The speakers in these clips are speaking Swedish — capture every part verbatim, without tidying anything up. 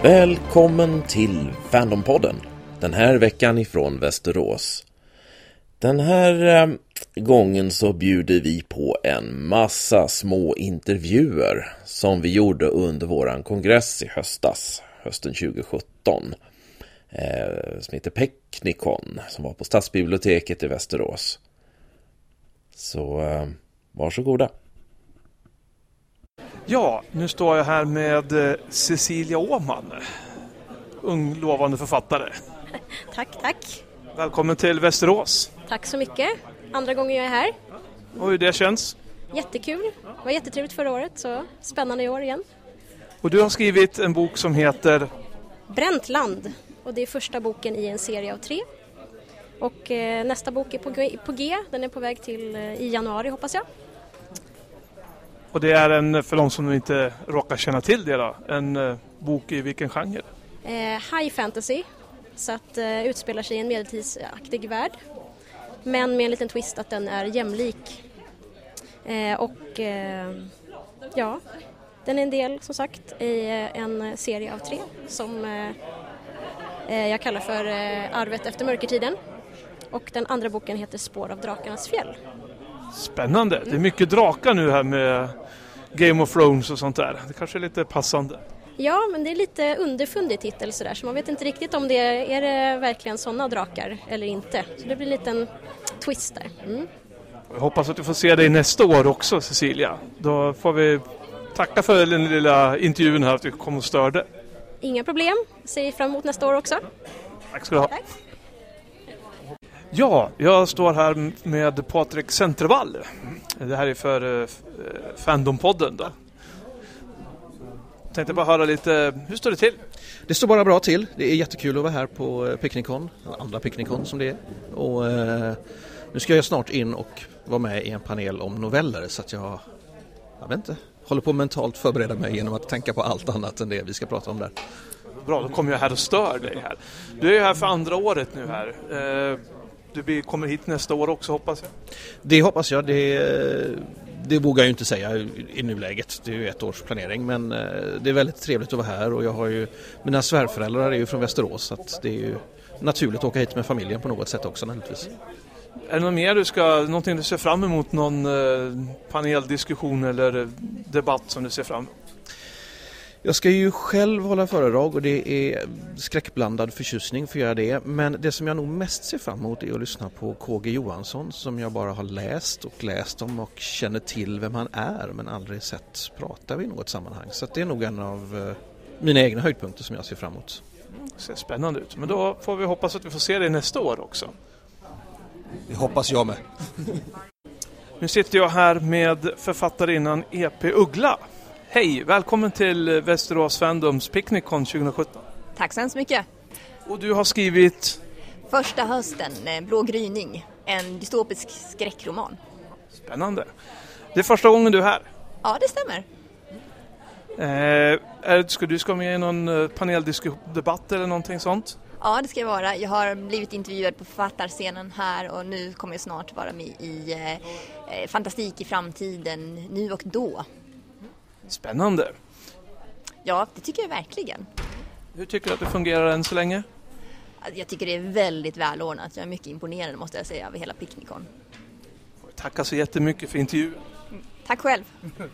Välkommen till Fandompodden. Den här veckan ifrån Västerås. Den här eh, gången så bjuder vi på en massa små intervjuer som vi gjorde under våran kongress i höstas, hösten tjugo sjutton. Eh, som heter Peknikon, som var på Stadsbiblioteket i Västerås. Så eh, varsågoda. Ja, nu står jag här med Cecilia Åhman, ung lovande författare. Tack, tack. Välkommen till Västerås. Tack så mycket. Andra gången jag är här. Och hur det känns? Jättekul. Det var jättetrevligt förra året, så spännande i år igen. Och du har skrivit en bok som heter Bräntland. Och det är första boken i en serie av tre. Och eh, nästa bok är på G, på G. Den är på väg till eh, i januari, hoppas jag. Och det är en, för de som inte råkar känna till det då, en eh, bok i vilken genre? Eh, high fantasy. Så att eh, utspelar sig i en medeltidsaktig värld. Men med en liten twist att den är jämlik. Eh, och eh, ja, den är en del som sagt i en serie av tre som eh, jag kallar för eh, Arvet efter mörkertiden. Och den andra boken heter Spår av drakarnas fjäll. Spännande. Mm. Det är mycket drakar nu här med Game of Thrones och sånt där. Det kanske är lite passande. Ja, men det är lite underfundig titel sådär, så man vet inte riktigt om det är, är det verkligen sådana drakar eller inte. Så det blir en liten twist där. Mm. Jag hoppas att du får se dig nästa år också, Cecilia. Då får vi tacka för den lilla intervjun här, att du kom och störde. Inga problem. Ser fram emot nästa år också. Tack ska du ha. Tack. Ja, jag står här med Patrik Centervall. Det här är för uh, Fandompodden då. Jag tänkte bara höra lite, hur står det till? Det står bara bra till. Det är jättekul att vara här på Peknikon, andra Peknikon som det är. Och uh, nu ska jag snart in och vara med i en panel om noveller, så att jag, jag vet inte, håller på att mentalt förbereda mig genom att tänka på allt annat än det vi ska prata om där. Bra, då kommer jag här och stör dig här. Du är ju här för andra året nu här. Uh, Du kommer hit nästa år också, hoppas jag. Det hoppas jag. Det, det vågar jag ju inte säga i nuläget. Det är ju ett års planering. Men det är väldigt trevligt att vara här. Och jag har ju, mina svärföräldrar är ju från Västerås. Så att det är ju naturligt att åka hit med familjen på något sätt också naturligtvis. Är det något mer du ska, någonting du ser fram emot? Någon eh, paneldiskussion eller debatt som du ser fram emot? Jag ska ju själv hålla föredrag och det är skräckblandad förtjusning för att göra det. Men det som jag nog mest ser fram emot är att lyssna på K G Johansson, som jag bara har läst och läst om och känner till vem han är men aldrig sett prata vid något sammanhang. Så det är nog en av mina egna höjdpunkter som jag ser fram emot. Det ser spännande ut. Men då får vi hoppas att vi får se det nästa år också. Det hoppas jag med. Nu sitter jag här med författarinnan E P Uggla. Hej, välkommen till Västerås Fandoms Peknikon tjugo sjutton. Tack så hemskt mycket. Och du har skrivit Första hösten, Blå gryning, en dystopisk skräckroman. Spännande. Det är första gången du är här. Ja, det stämmer. Eh, är, ska du ska med i någon paneldebatt eller någonting sånt? Ja, det ska jag vara. Jag har blivit intervjuad på författarscenen här och nu kommer jag snart vara med i eh, Fantastik i framtiden, nu och då. Spännande. Ja, det tycker jag verkligen. Hur tycker du att det fungerar än så länge? Jag tycker det är väldigt välordnat. Jag är mycket imponerad, måste jag säga, över hela Peknikon. Tackar så jättemycket för intervjun. Mm, tack själv.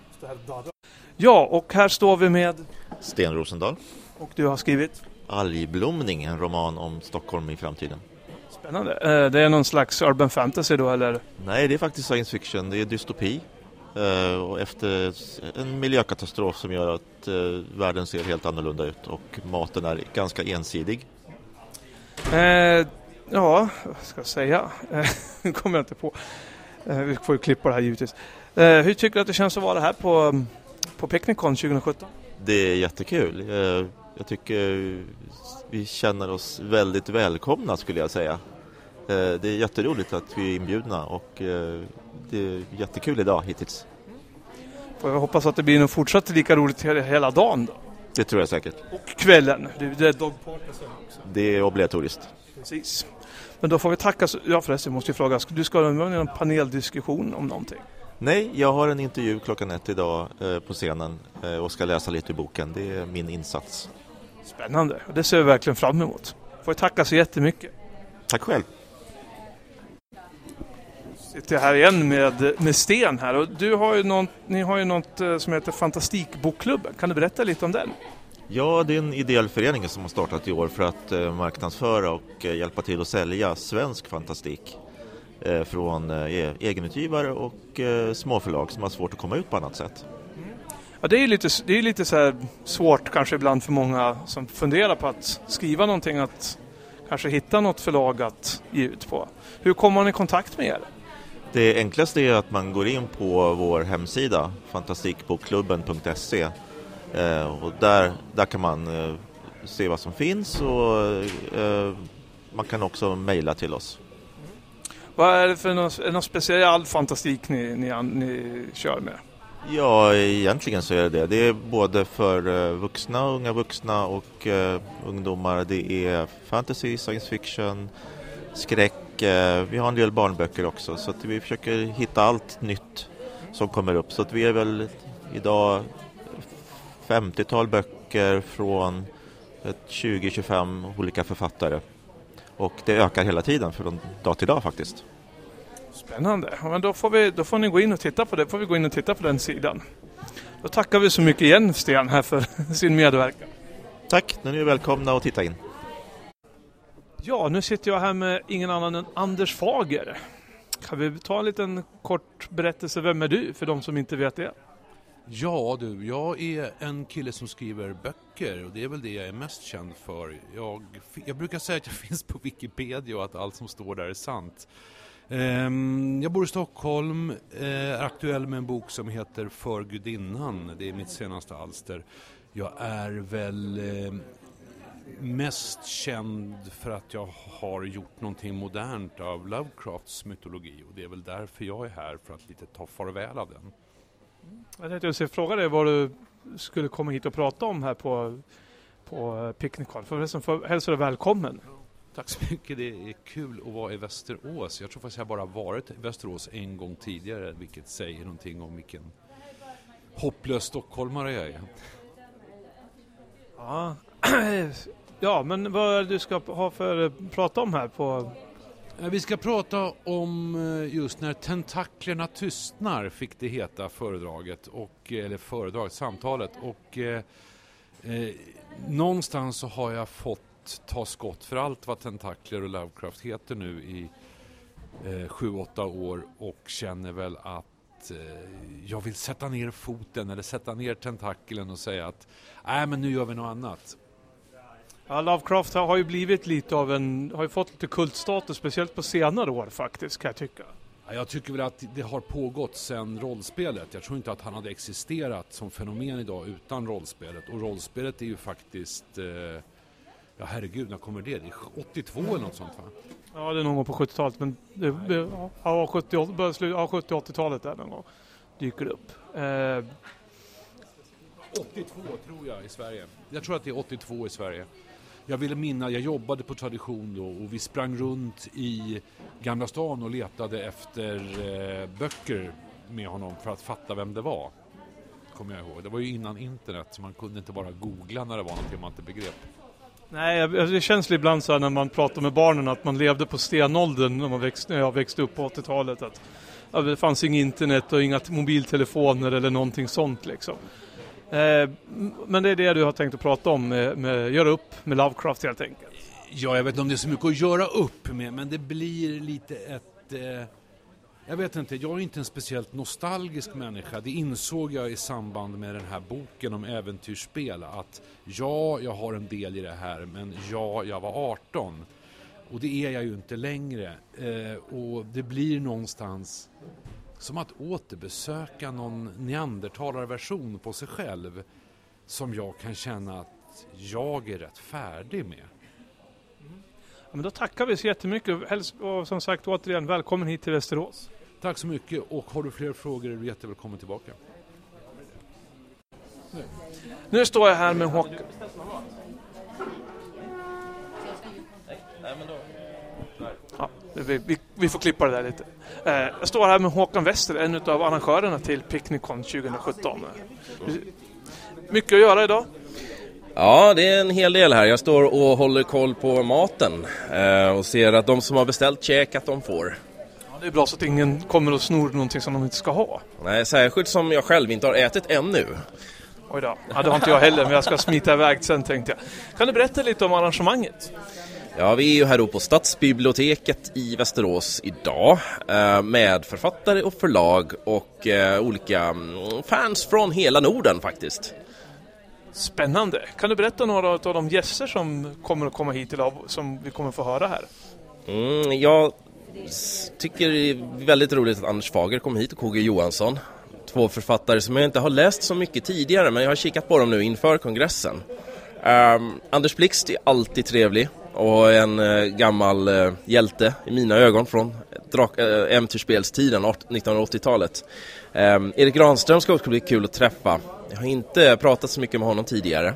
Ja, och här står vi med Sten Rosendal. Och du har skrivit Algblomning, en roman om Stockholm i framtiden. Spännande. Det är någon slags urban fantasy då, eller? Nej, det är faktiskt science fiction. Det är dystopi. Och efter en miljökatastrof som gör att världen ser helt annorlunda ut och maten är ganska ensidig. Eh, ja, vad ska jag säga? Nu kommer jag inte på. Eh, vi får ju klippa det här givetvis. Eh, hur tycker du att det känns att vara här på, på Peknikon tjugo sjutton? Det är jättekul. Eh, jag tycker vi känner oss väldigt välkomna, skulle jag säga. Eh, det är jätteroligt att vi är inbjudna och eh, det är jättekul idag hittills. Får jag hoppas att det blir något fortsatt lika roligt hela dagen då? Det tror jag säkert. Och kvällen. Det är dogparty också. Det är obligatoriskt. Precis. Men då får vi tacka. Ja, förresten måste jag fråga. Du ska ha en paneldiskussion om någonting? Nej, jag har en intervju klockan ett idag eh, på scenen eh, och ska läsa lite i boken. Det är min insats. Spännande, och det ser vi verkligen fram emot. Får jag tacka så jättemycket. Tack själv. Sitter jag här igen med, med Sten här, och du har ju något, ni har ju något som heter Fantastikbokklubben. Kan du berätta lite om den? Ja, det är en ideell förening som har startat i år för att eh, marknadsföra och eh, hjälpa till att sälja svensk fantastik eh, från eh, egenutgivare och eh, småförlag som har svårt att komma ut på annat sätt. Ja, det är lite, det är lite så här svårt kanske ibland för många som funderar på att skriva någonting, att kanske hitta något förlag att ge ut på. Hur kommer man i kontakt med er? Det enklaste är att man går in på vår hemsida fantastikbokklubben punkt se eh, och där, där kan man eh, se vad som finns, och eh, man kan också mejla till oss. Vad är det för någon, är det någon speciell fantastik ni, ni, ni kör med? Ja, egentligen så är det det. Det är både för vuxna, unga vuxna och uh, ungdomar. Det är fantasy, science fiction, skräck. Uh, vi har en del barnböcker också, så att vi försöker hitta allt nytt som kommer upp. Så att vi är väl idag femtiotal böcker från tjugo till tjugofem olika författare. Och det ökar hela tiden från dag till dag faktiskt. Spännande. Men då får, vi, då får ni gå in och titta på det. Får vi gå in och titta på den sidan. Då tackar vi så mycket igen, Sten, här för sin medverkan. Tack, nu är ni välkomna att titta in. Ja, nu sitter jag här med ingen annan än Anders Fager. Kan vi ta en liten kort berättelse? Vem är du, för de som inte vet det? Ja du, jag är en kille som skriver böcker, och det är väl det jag är mest känd för. Jag, jag brukar säga att jag finns på Wikipedia och att allt som står där är sant. Jag bor i Stockholm, är aktuell med en bok som heter För Gudinnan. Det är mitt senaste alster. Jag är väl mest känd för att jag har gjort någonting modernt av Lovecrafts mytologi, och det är väl därför jag är här, för att lite ta farväl av den. Jag tänkte att fråga dig vad du skulle komma hit och prata om här på, på Picnic Con. För för hälsa dig välkommen. Tack så mycket, det är kul att vara i Västerås. Jag tror faktiskt jag bara varit i Västerås en gång tidigare, vilket säger någonting om vilken hopplös stockholmare jag är. Ja, ja, men vad är det du ska ha för prata om här på... Vi ska prata om just när tentaklerna tystnar, fick det heta föredraget, och, eller föredraget, samtalet. Och eh, eh, någonstans så har jag fått ta skott för allt vad tentakler och Lovecraft heter nu i eh, sju, åtta år, och känner väl att eh, jag vill sätta ner foten eller sätta ner tentaklen och säga att nej, men nu gör vi något annat. Ja, Lovecraft har ju blivit lite av en, har ju fått lite kultstatus, speciellt på senare år faktiskt, kan jag tycka. Ja, jag tycker väl att det har pågått sedan rollspelet. Jag tror inte att han hade existerat som fenomen idag utan rollspelet. Och rollspelet är ju faktiskt, eh, ja herregud, när kommer det? Det är åttiotvå eller något sånt, va? Ja, det är någon gång på sjuttiotalet, men det, det, ja, sjuttio-åttiotalet där någon gång dyker det upp. Eh, åttiotvå tror jag i Sverige. Jag tror att det är åttiotvå i Sverige. Jag ville minna, jag jobbade på Tradition då, och vi sprang runt i Gamla stan och letade efter eh, böcker med honom för att fatta vem det var. Kommer jag ihåg. Det var ju innan internet, så man kunde inte bara googla när det var något man inte begrep. Nej, det känns ibland så här när man pratar med barnen att man levde på stenåldern när man växte, när jag växte upp på åttiotalet. Att, att det fanns inget internet och inga mobiltelefoner eller någonting sånt liksom. Eh, men det är det du har tänkt att prata om, med, med göra upp med Lovecraft helt enkelt. Ja, jag vet inte om det är så mycket att göra upp med, men det blir lite ett... Eh, jag vet inte, jag är inte en speciellt nostalgisk människa. Det insåg jag i samband med den här boken om äventyrsspel, att ja, jag har en del i det här, men ja, jag var arton. Och det är jag ju inte längre. Eh, och det blir någonstans som att återbesöka någon neandertalarversion på sig själv som jag kan känna att jag är rätt färdig med. Mm. Ja, men då tackar vi så jättemycket, och som sagt återigen, välkommen hit till Västerås. Tack så mycket, och har du fler frågor är du jättevälkommen tillbaka. Nu, nu står jag här med Håkan. Ja, vi, vi, vi får klippa det där lite. Eh, jag står här med Håkan Wester, en av arrangörerna till Picnic Con tjugo sjutton. Mycket att göra idag. Ja, det är en hel del här. Jag står och håller koll på maten eh, och ser att de som har beställt käk att de får. Ja, det är bra så att ingen kommer och snor någonting som de inte ska ha. Nej, särskilt som jag själv inte har ätit ännu. Oj då. Ja, det har inte jag heller, men jag ska smita iväg sen tänkte jag. Kan du berätta lite om arrangemanget? Ja, vi är ju här då på Stadsbiblioteket i Västerås idag eh, med författare och förlag och eh, olika mm, fans från hela Norden faktiskt. Spännande. Kan du berätta några av de gäster som kommer att komma hit idag som vi kommer att få höra här? Mm, jag tycker det är väldigt roligt att Anders Fager kom hit och K G Johansson. Två författare som jag inte har läst så mycket tidigare, men jag har kikat på dem nu inför kongressen. Um, Anders Blixt är alltid trevlig och en uh, gammal uh, hjälte i mina ögon från drak- uh, äventyrsspelstiden, nittonhundraåttiotalet. Um, Erik Granström ska också bli kul att träffa. Jag har inte pratat så mycket med honom tidigare.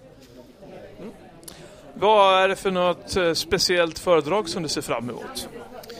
Mm. Vad är det för något uh, speciellt föredrag som du ser fram emot?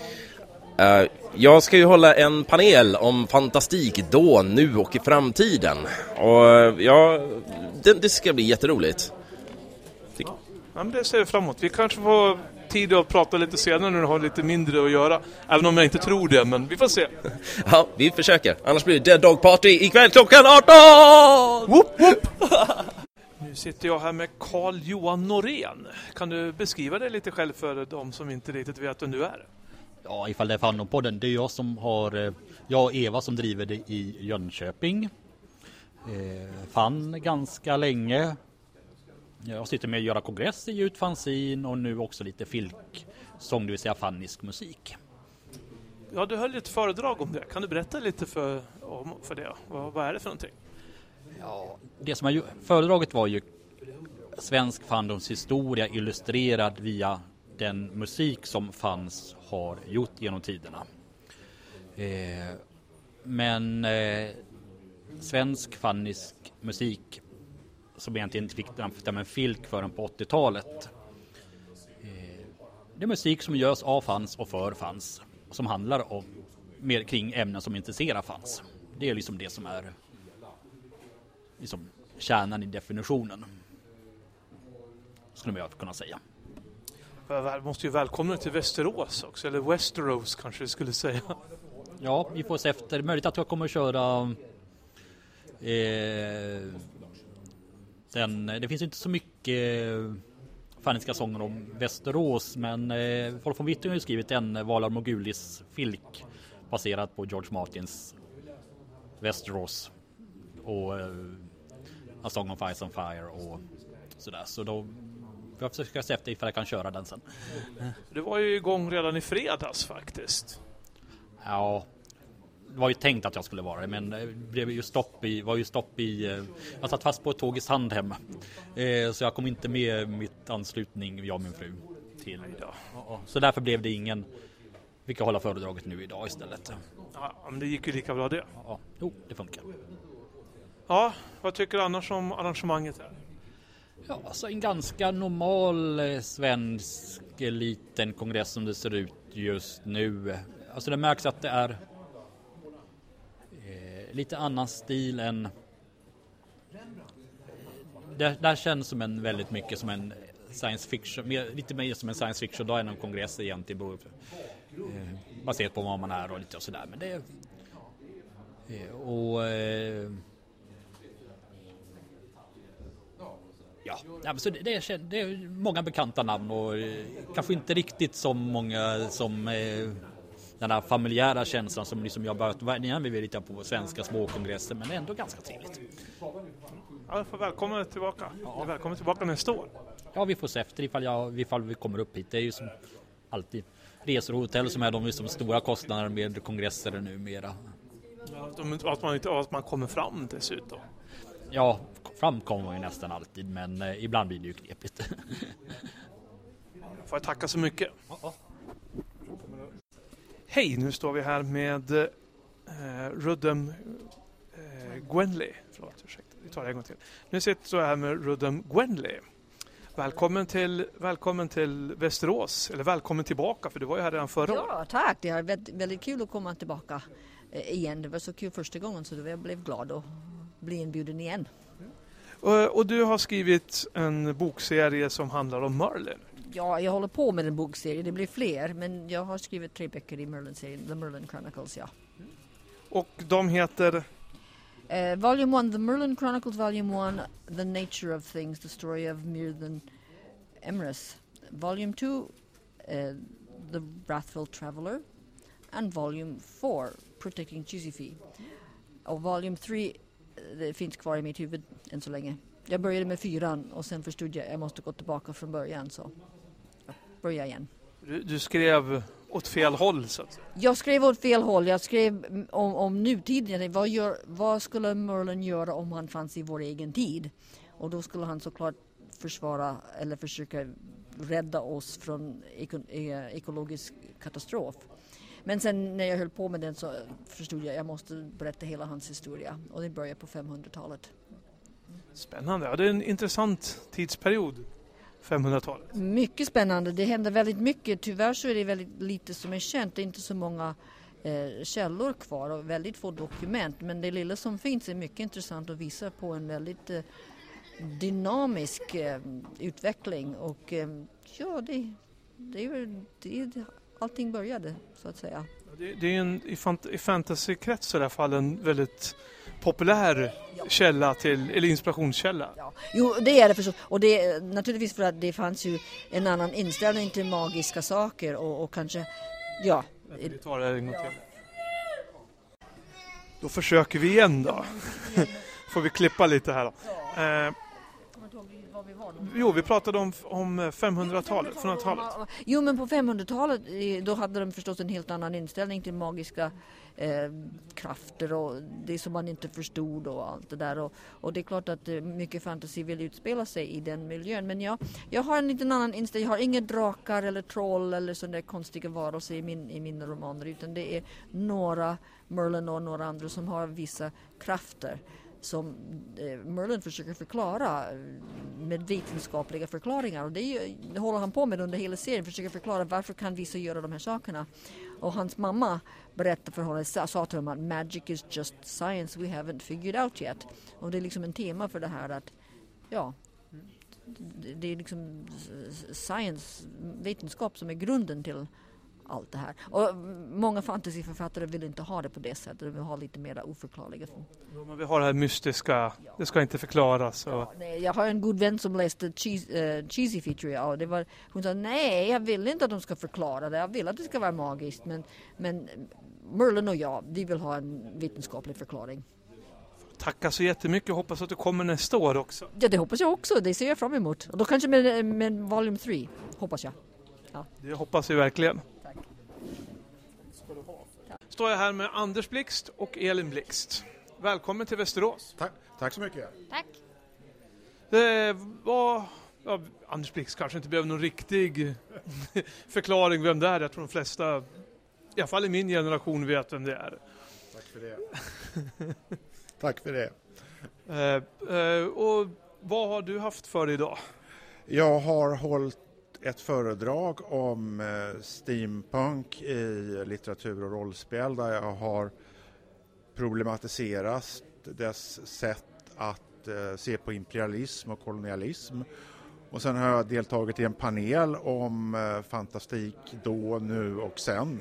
Uh, jag ska ju hålla en panel om fantastik då, nu och i framtiden. Och uh, ja, det, det ska bli jätteroligt. Ja, men det ser jag fram emot. Vi kanske får tid att prata lite senare när du har lite mindre att göra. Även om jag inte tror det, men vi får se. Ja, vi försöker. Annars blir det Dead Dog Party ikväll klockan arton! Woop, woop. Nu sitter jag här med Carl Johan Norén. Kan du beskriva dig lite själv för de som inte riktigt vet vem du är? Ja, ifall det är Fandom-podden. Det är jag som har, jag och Eva som driver det i Jönköping. Eh, fann ganska länge. Jag sitter med att göra kongress i utfansin och nu också lite filksång, det vill säga fannisk musik. Ja, du höll ett föredrag om det. Kan du berätta lite för, om, för det? Vad, vad är det för någonting? Ja, det som jag, föredraget var ju svensk fandoms historia illustrerad via den musik som fanns har gjort genom tiderna. Eh, men eh, svensk fannisk musik som egentligen inte fick den filk förrän på åttiotalet. Eh, det är musik som görs av fans och för fans. Som handlar om mer kring ämnen som intresserar fans. Det är liksom det som är liksom kärnan i definitionen. Skulle jag kunna säga. Jag måste ju välkomna till Västerås också, eller Westeros kanske vi skulle säga. Ja, vi får se efter. Möjligt att jag kommer att köra eh, den, det finns inte så mycket fanniska sånger om Västerås, men eh, folk från Vittung har ju skrivit en Valar Morgulis filk baserad på George Martins Västerås och eh, A Song of Ice and Fire och sådär. Så då jag försöker se efter ifall jag kan köra den sen. Det var ju igång redan i fredags faktiskt. Ja, det var ju tänkt att jag skulle vara det, men det blev ju stopp i, var ju stopp i, jag satt fast på ett tåg i Sandhem. Eh, så jag kom inte med mitt anslutning, jag och min fru, till idag. Så därför blev det ingen, vi kan hålla föredraget nu idag istället. Ja, men det gick ju lika bra det. Ja, jo, det funkar. Ja, vad tycker du annars om arrangemanget här? Ja, alltså en ganska normal eh, svensk eh, liten kongress som det ser ut just nu. Alltså det märks att det är eh, lite annan stil än... Det där känns som en väldigt mycket som en science fiction, mer, lite mer som en science fiction dag än en kongress egentligen. Eh, baserat på vad man är och lite och sådär. Men det eh, och... Eh, Ja, så det är, det är många bekanta namn och eh, kanske inte riktigt så många som eh, den här familjära känslan som liksom jag börjat vänja mig vid lite på svenska småkongresser, men ändå ganska trevligt. Ja, får välkommen tillbaka. Ja. Välkommen tillbaka nästa år. Ja, vi får se efter ifall, jag, ifall vi kommer upp hit. Det är ju som alltid resor och hotell som är de liksom stora kostnader med kongresser numera. Ja, att, man inte, att man kommer fram dessutom. Ja, fram kommer ju nästan alltid, men eh, ibland blir det ju knepigt. Får jag tacka så mycket. Ja. Hej, nu står vi här med eh, Rudem eh, Gwenley. Förlåt, ursäkta. Vi tar det en gång till. Nu sitter jag här med Rudem Gwenley. Välkommen till, välkommen till Västerås, eller välkommen tillbaka, för du var ju här redan förra året. Ja, tack. Det är väldigt, väldigt kul att komma tillbaka eh, igen. Det var så kul första gången så jag blev glad att bli inbjuden igen. Och, och du har skrivit en bokserie som handlar om Merlin. Ja, jag håller på med en bokserie. Det blir fler, men jag har skrivit tre böcker i Merlin-serien, The Merlin Chronicles, ja. Och de heter? Uh, volume one, The Merlin Chronicles, Volume one, The Nature of Things, The Story of Merlin Emrys. Volume two, uh, The Wrathful Traveler. And Volume four, Protecting Chisifi. Och Volume three, det finns kvar i mitt huvud än så länge. Jag började med fyran och sen förstod jag att jag måste gå tillbaka från början, så jag börjar igen. Du, du skrev åt fel håll, så att säga. Jag skrev åt fel håll. Jag skrev om, om nutiden. Vad, gör, vad skulle Merlin göra om han fanns i vår egen tid? Och då skulle han såklart försvara eller försöka rädda oss från eko, e, ekologisk katastrof. Men sen när jag höll på med den så förstod jag att jag måste berätta hela hans historia. Och det började på femhundratalet. Spännande. Ja, det är en intressant tidsperiod, femhundratalet. Mycket spännande. Det händer väldigt mycket. Tyvärr så är det väldigt lite som är känt. Det är inte så många eh, källor kvar och väldigt få dokument. Men det lilla som finns är mycket intressant att visa på en väldigt eh, dynamisk eh, utveckling. Och eh, ja, det, det är väl det, allting började, så att säga. Det, det är en, i, fant- i fantasykrets i alla fall en väldigt populär ja. källa till, eller inspirationskälla. Ja. Jo, det är det förstås. Och det är naturligtvis för att det fanns ju en annan inställning till magiska saker och, och kanske, ja. Vi tar det en gång till. Då försöker vi igen då. Får vi klippa lite här då. Eh, Jo, vi pratade om, om femhundratalet, femhundratalet. Jo, men på femhundratalet då hade de förstås en helt annan inställning till magiska eh, krafter och det som man inte förstod och allt det där. Och, och det är klart att mycket fantasi vill utspela sig i den miljön. Men jag, jag har en liten annan inställning. Jag har inga drakar eller troll eller sådana där konstiga varelser i, min, i mina romaner. Utan det är några Merlin och några andra som har vissa krafter som eh, Merlin försöker förklara med vetenskapliga förklaringar. Och det, är ju, det håller han på med under hela serien. Försöker förklara varför kan vissa göra de här sakerna. Och hans mamma berättade för honom, sa, sa till honom att magic is just science we haven't figured out yet. Och det är liksom en tema för det här att ja, det, det är liksom science, vetenskap som är grunden till allt det här. Och många fantasyförfattare vill inte ha det på det sättet. De vill ha lite mer oförklarliga. Ja, men vi har det här mystiska. Ja. Det ska inte förklaras. Ja, nej, jag har en god vän som läste cheese, uh, Cheesy Feature. Ja, det var, hon sa, nej, jag vill inte att de ska förklara det. Jag vill att det ska vara magiskt. Men, men Merlin och jag, vi vill ha en vetenskaplig förklaring. Tackar så jättemycket. Hoppas att du kommer nästa år också. Ja, det hoppas jag också. Det ser jag fram emot. Och då kanske med, med Volume tre, hoppas jag. Ja. Det hoppas vi verkligen. Tack. Står jag här med Anders Blixt och Elin Blixt. Välkommen till Västerås. Tack, tack så mycket. Tack. Det var, ja, Anders Blixt kanske inte behöver någon riktig förklaring vem det är. Jag tror de flesta, i alla fall i min generation, vet vem det är. Tack för det. Tack för det. Uh, uh, och vad har du haft för idag? Jag har hållit ett föredrag om eh, steampunk i litteratur och rollspel där jag har problematiserat dess sätt att eh, se på imperialism och kolonialism. Och sen har jag deltagit i en panel om eh, fantastik då, nu och sen.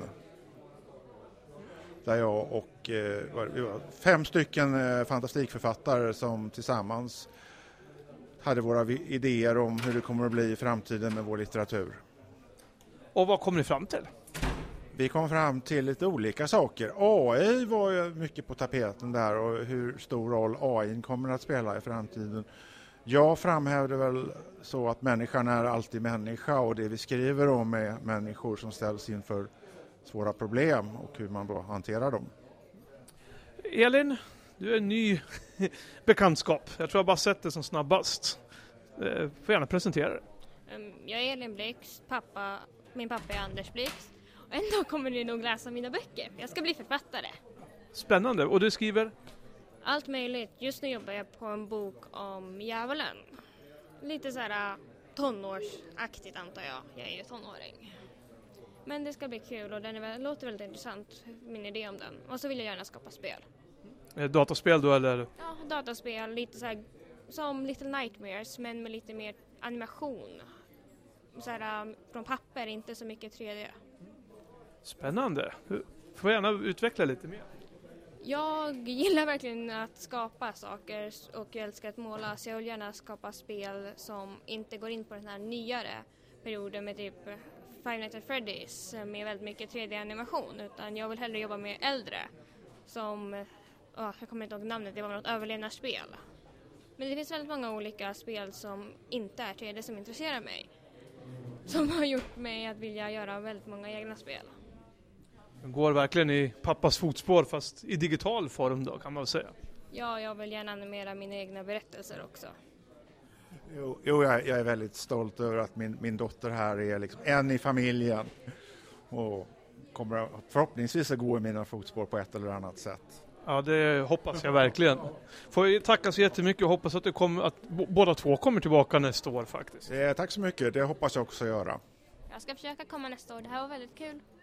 Där jag och eh, fem stycken eh, fantastikförfattare som tillsammans hade våra idéer om hur det kommer att bli i framtiden med vår litteratur. Och vad kom ni fram till? Vi kom fram till lite olika saker. A I var ju mycket på tapeten där och hur stor roll A I kommer att spela i framtiden. Jag framhävde väl så att människan är alltid människa och det vi skriver om är människor som ställs inför svåra problem och hur man då hanterar dem. Elin, du är en ny bekantskap. Jag tror jag bara sett det som snabbast. Eh, får gärna presentera det. Jag är Elin Blixt, pappa, min pappa är Anders Blixt. Och en dag kommer ni nog läsa mina böcker. Jag ska bli författare. Spännande. Och du skriver? Allt möjligt. Just nu jobbar jag på en bok om djävulen. Lite så här tonårsaktigt antar jag. Jag är ju tonåring. Men det ska bli kul och den är, låter väldigt intressant, min idé om den. Och så vill jag gärna skapa spel. Eh, dataspel då eller? Ja, dataspel. Lite så här som Little Nightmares men med lite mer animation. Så här, från papper, inte så mycket tre D. Spännande. Får jag gärna utveckla lite mer? Jag gillar verkligen att skapa saker och jag älskar att måla, så jag vill gärna skapa spel som inte går in på den här nyare perioden med typ Five Nights at Freddy's med väldigt mycket tre D-animation, utan jag vill hellre jobba med äldre som, oh, jag kommer inte ihåg namnet, det var något överlevnadsspel. Men det finns väldigt många olika spel som inte är tre D som intresserar mig, som har gjort mig att vilja göra väldigt många egna spel. Den går verkligen i pappas fotspår fast i digital form då, kan man väl säga. Ja, jag vill gärna animera mina egna berättelser också. Jo, jo jag, jag är väldigt stolt över att min, min dotter här är liksom en i familjen och kommer förhoppningsvis att gå i mina fotspår på ett eller annat sätt. Ja, det hoppas jag verkligen. Får jag tacka så jättemycket och hoppas att, det kommer, att b- båda två kommer tillbaka nästa år faktiskt. Eh, tack så mycket, det hoppas jag också göra. Jag ska försöka komma nästa år, det här var väldigt kul.